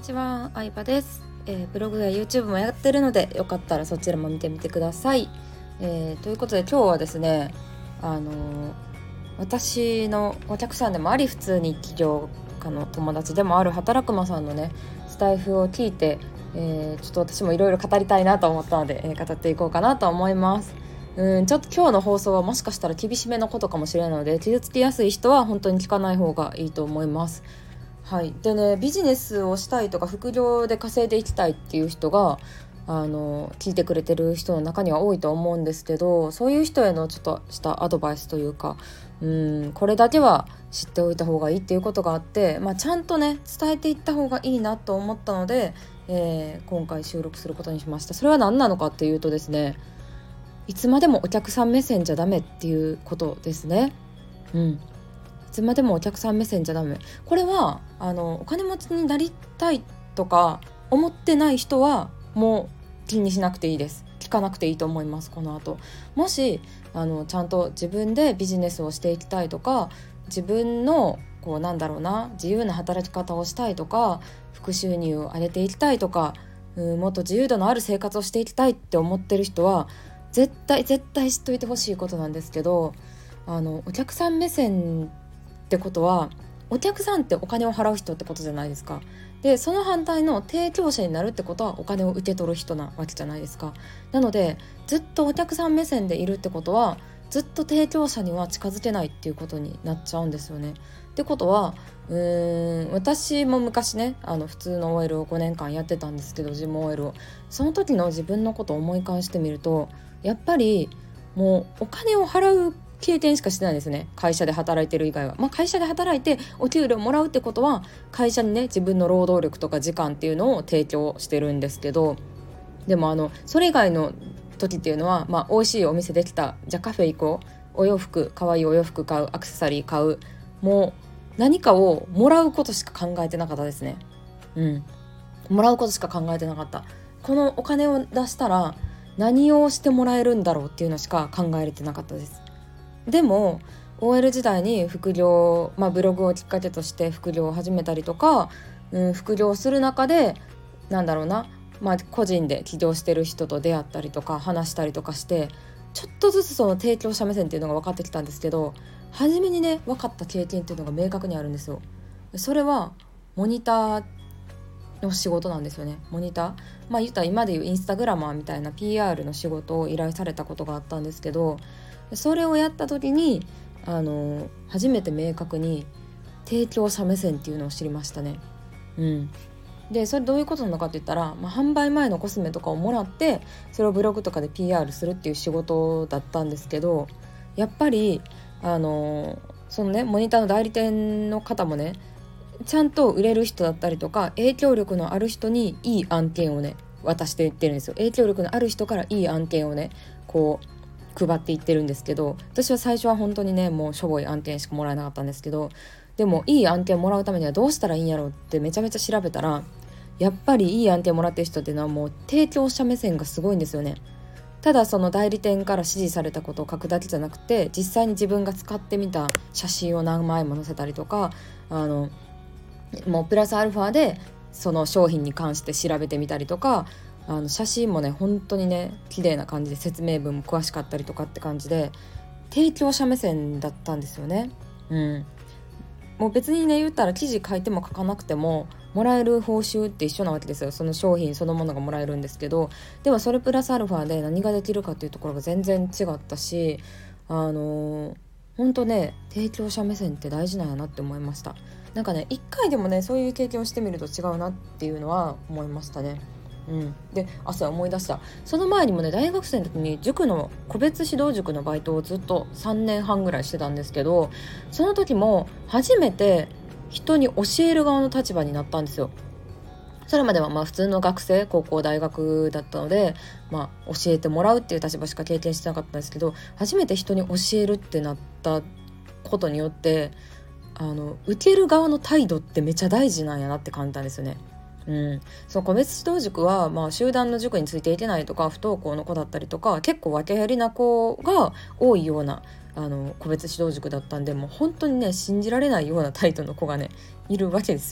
ちは、相葉です。ブログや YouTube もやってるので、よかったらそちらも見てみてください。ということで今日はですね、私のお客さんでもあり、普通に起業家の友達でもある働くまさんのねスタイフを聞いて、ちょっと私もいろいろ語りたいなと思ったので、語っていこうかなと思います。ちょっと今日の放送はもしかしたら厳しめのことかもしれないので、傷つきやすい人は本当に聞かない方がいいと思います。はい、でね、ビジネスをしたいとか副業で稼いでいきたいっていう人が聞いてくれてる人の中には多いと思うんですけど、そういう人へのちょっとしたアドバイスというか、これだけは知っておいた方がいいっていうことがあって、ちゃんとね伝えていった方がいいなと思ったので、今回収録することにしました。それは何なのかっていうとですね、いつまでもお客さん目線じゃダメっていうことですね。いつまでもお客さん目線じゃダメ。これはお金持ちになりたいとか思ってない人はもう気にしなくていいです。聞かなくていいと思います。この後もしちゃんと自分でビジネスをしていきたいとか、自分の自由な働き方をしたいとか、副収入を上げていきたいとか、もっと自由度のある生活をしていきたいって思ってる人は絶対知っといてほしいことなんですけど、お客さん目線ってことは、お客さんってお金を払う人ってことじゃないですか。でその反対の提供者になるってことはお金を受け取る人なわけじゃないですか。なのでずっとお客さん目線でいるってことは、ずっと提供者には近づけないっていうことになっちゃうんですよね。ってことは私も昔ね普通の OL を5年間やってたんですけど、事務 OL を、その時の自分のことを思い返してみると、やっぱりもうお金を払う経験しかしてないですね。会社で働いてる以外は、会社で働いてお給料もらうってことは、会社にね自分の労働力とか時間っていうのを提供してるんですけど、でもそれ以外の時っていうのは、美味しいお店できた、じゃあカフェ行こう、お洋服、可愛いお洋服買う、アクセサリー買う、もう何かをもらうことしか考えてなかったですね。もらうことしか考えてなかった。このお金を出したら何をしてもらえるんだろうっていうのしか考えれてなかったです。でも OL 時代に副業、ブログをきっかけとして副業を始めたりとか、副業する中で個人で起業してる人と出会ったりとか話したりとかして、ちょっとずつその提供者目線っていうのが分かってきたんですけど、初めにね分かった経験っていうのが明確にあるんですよ。それはモニターの仕事なんですよね。モニター、言ったら今でいうインスタグラマーみたいな PR の仕事を依頼されたことがあったんですけど、それをやった時に初めて明確に提供者目線っていうのを知りましたね。でそれどういうことなのかって言ったら、販売前のコスメとかをもらってそれをブログとかで PR するっていう仕事だったんですけど、やっぱりそのねモニターの代理店の方もね、ちゃんと売れる人だったりとか影響力のある人にいい案件をね渡していってるんですよ。影響力のある人からいい案件をねこう配っていってるんですけど、私は最初は本当にねもうしょぼい案件しかもらえなかったんですけど、でもいい案件もらうためにはどうしたらいいんやろうってめちゃめちゃ調べたら、やっぱりいい案件もらってる人っていうのはもう提供者目線がすごいんですよね。ただその代理店から指示されたことを書くだけじゃなくて、実際に自分が使ってみた写真を何枚も載せたりとか、もうプラスアルファでその商品に関して調べてみたりとか、写真もね本当にね綺麗な感じで説明文も詳しかったりとかって感じで、提供者目線だったんですよね。もう別にね言ったら記事書いても書かなくてももらえる報酬って一緒なわけですよ。その商品そのものがもらえるんですけど、でもそれプラスアルファで何ができるかっていうところが全然違ったし、本当ね提供者目線って大事なんやなって思いました。一回でもねそういう経験をしてみると違うなっていうのは思いましたね。で朝思い出した。その前にもね大学生の時に塾の個別指導塾のバイトをずっと3年半ぐらいしてたんですけど、その時も初めて人に教える側の立場になったんですよ。それまでは普通の学生、高校大学だったので、教えてもらうっていう立場しか経験してなかったんですけど、初めて人に教えるってなったことによって受ける側の態度ってめちゃ大事なんやなって感じたんですよね。その個別指導塾は、集団の塾についていけないとか不登校の子だったりとか結構訳ありな子が多いような個別指導塾だったんで、もう本当にね信じられないようなタイプの子がねいるわけですよ。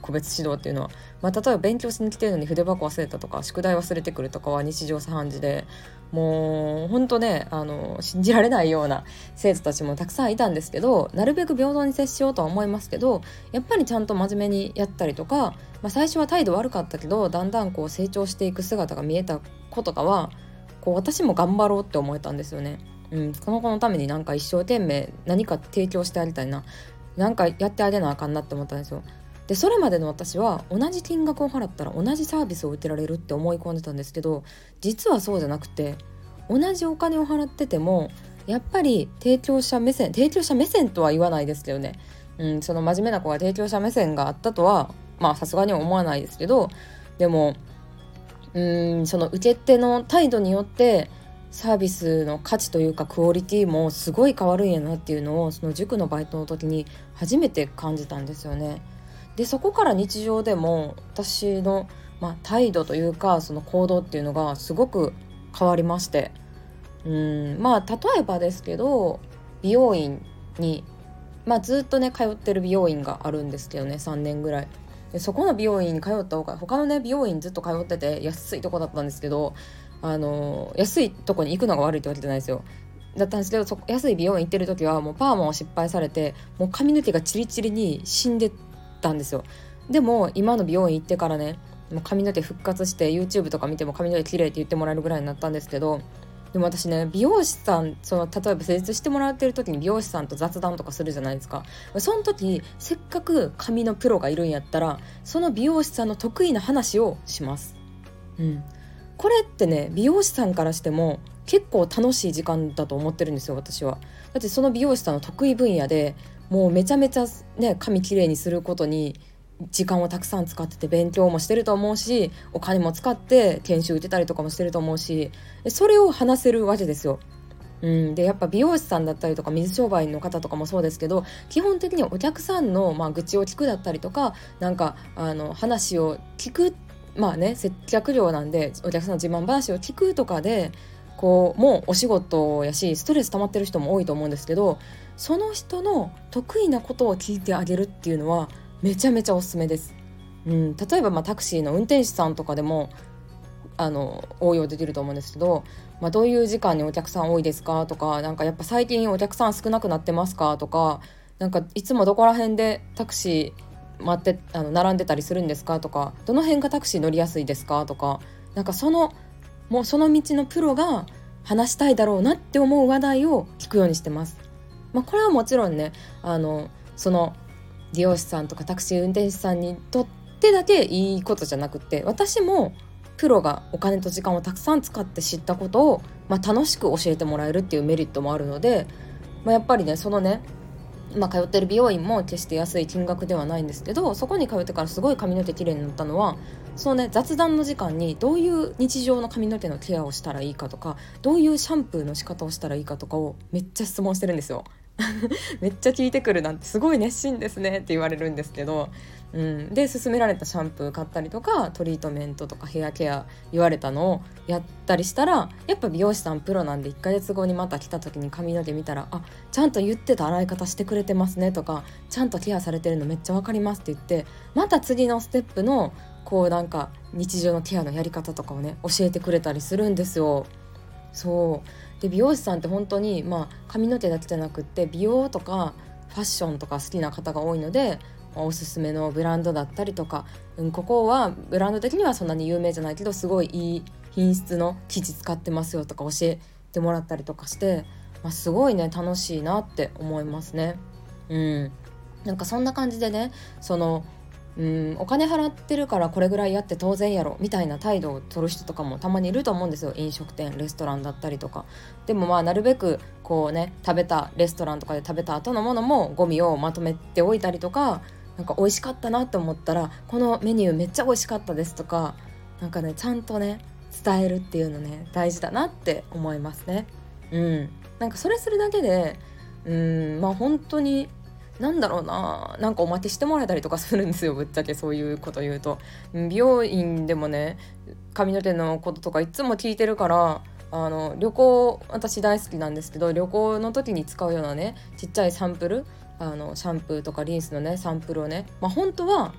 個別指導っていうのは。例えば勉強しに来てるのに筆箱忘れたとか宿題忘れてくるとかは日常茶飯事で、もうほんとね信じられないような生徒たちもたくさんいたんですけど、なるべく平等に接しようとは思いますけど、やっぱりちゃんと真面目にやったりとか、最初は態度悪かったけどだんだんこう成長していく姿が見えた子とかはこう私も頑張ろうって思えたんですよね。この子のためになんか一生懸命何か提供してあげたいな、なんかやってあげなあかんなって思ったんですよ。でそれまでの私は同じ金額を払ったら同じサービスを受けられるって思い込んでたんですけど、実はそうじゃなくて、同じお金を払っててもやっぱり提供者目線とは言わないですけどね、その真面目な子が提供者目線があったとはさすがには思わないですけど、でもその受け手の態度によってサービスの価値というかクオリティもすごい変わるんやなっていうのを、その塾のバイトの時に初めて感じたんですよね。でそこから日常でも私の、態度というかその行動っていうのがすごく変わりまして、例えばですけど、美容院に、ずっとね通ってる美容院があるんですけどね、3年ぐらいで、そこの美容院に通った方が他のね美容院ずっと通ってて安いとこだったんですけど、安いとこに行くのが悪いってわけじゃないですよ。だったんですけど、安い美容院行ってる時はもうパーマを失敗されて、もう髪の毛がチリチリに死んでたんですよ。でも今の美容院行ってからね、もう髪の毛復活して YouTube とか見ても髪の毛綺麗って言ってもらえるぐらいになったんですけど、でも私ね、美容師さん、例えば施術してもらってる時に美容師さんと雑談とかするじゃないですか。その時せっかく髪のプロがいるんやったら、その美容師さんの得意な話をします。これってね、美容師さんからしても結構楽しい時間だと思ってるんですよ、私は。だってその美容師さんの得意分野でもうめちゃめちゃね、髪きれいにすることに時間をたくさん使ってて、勉強もしてると思うし、お金も使って研修受けたりとかもしてると思うし、それを話せるわけですよ。でやっぱ美容師さんだったりとか水商売の方とかもそうですけど、基本的にお客さんの、愚痴を聞くだったりとか、なんか話を聞く、接客業なんでお客さんの自慢話を聞くとかでこうもうお仕事やしストレス溜まってる人も多いと思うんですけど、その人の得意なことを聞いてあげるっていうのはめちゃめちゃおすすめです。例えばタクシーの運転手さんとかでも応用できると思うんですけど、どういう時間にお客さん多いですかとか、なんかやっぱ最近お客さん少なくなってますかとか、なんかいつもどこら辺でタクシー待って並んでたりするんですかとか、どの辺がタクシー乗りやすいですかとか、なんかもうその道のプロが話したいだろうなって思う話題を聞くようにしてます。これはもちろんね、その美容師さんとかタクシー運転手さんにとってだけいいことじゃなくて、私もプロがお金と時間をたくさん使って知ったことを、楽しく教えてもらえるっていうメリットもあるので、やっぱりねそのね、通ってる美容院も決して安い金額ではないんですけど、そこに通ってからすごい髪の毛綺麗になったのは、そのね雑談の時間にどういう日常の髪の毛のケアをしたらいいかとか、どういうシャンプーの仕方をしたらいいかとかをめっちゃ質問してるんですよ。めっちゃ聞いてくるなんてすごい熱心ですねって言われるんですけど、で勧められたシャンプー買ったりとかトリートメントとかヘアケア言われたのをやったりしたら、やっぱ美容師さんプロなんで1ヶ月後にまた来た時に髪の毛見たら、ちゃんと言ってた洗い方してくれてますねとか、ちゃんとケアされてるのめっちゃわかりますって言って、また次のステップのこうなんか日常のケアのやり方とかをね教えてくれたりするんですよ。そうで美容師さんって本当に髪の毛だけじゃなくって美容とかファッションとか好きな方が多いので、おすすめのブランドだったりとか、ここはブランド的にはそんなに有名じゃないけどすごいいい品質の生地使ってますよとか教えてもらったりとかして、すごいね楽しいなって思いますね。なんかそんな感じでね、お金払ってるからこれぐらいやって当然やろみたいな態度を取る人とかもたまにいると思うんですよ。飲食店レストランだったりとかでもなるべくこうね、食べたレストランとかで食べた後のものもゴミをまとめておいたりとか、なんか美味しかったなと思ったらこのメニューめっちゃ美味しかったですとか、なんかねちゃんとね伝えるっていうのね大事だなって思いますね。なんかそれするだけで本当になんだろうな、なんかおまけしてもらえたりとかするんですよ、ぶっちゃけそういうこと言うと。美容院でもね髪の毛のこととかいつも聞いてるから、旅行私大好きなんですけど、旅行の時に使うようなねちっちゃいサンプル、シャンプーとかリンスのねサンプルをね、本当は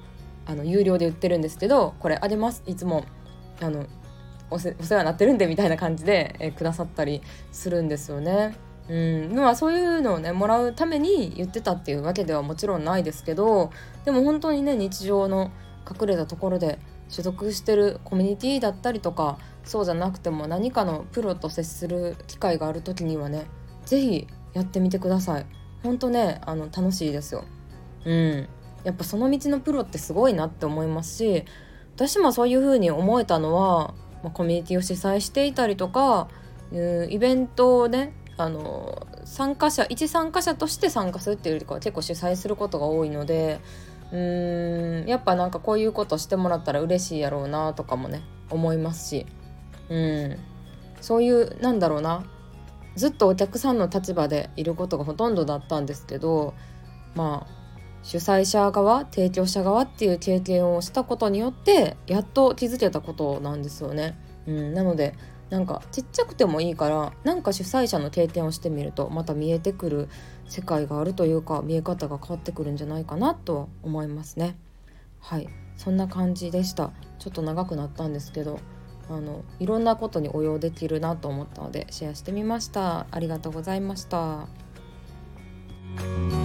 有料で売ってるんですけど、これあげます、いつもお世話になってるんでみたいな感じで、くださったりするんですよね。そういうのをねもらうために言ってたっていうわけではもちろんないですけど、でも本当にね日常の隠れたところで所属してるコミュニティだったりとか、そうじゃなくても何かのプロと接する機会がある時にはね、ぜひやってみてください。本当ね楽しいですよ。やっぱその道のプロってすごいなって思いますし、私もそういう風に思えたのは、コミュニティを主催していたりとか、イベントをね一参加者として参加するっていうよりかは結構主催することが多いので、やっぱなんかこういうことしてもらったら嬉しいやろうなとかもね思いますし、そういうなんだろうな、ずっとお客さんの立場でいることがほとんどだったんですけど、主催者側提供者側っていう経験をしたことによってやっと気づけたことなんですよね。なのでなんかちっちゃくてもいいから、なんか主催者の経験をしてみるとまた見えてくる世界があるというか、見え方が変わってくるんじゃないかなと思いますね。はい、そんな感じでした。ちょっと長くなったんですけど、いろんなことに応用できるなと思ったのでシェアしてみました。ありがとうございました。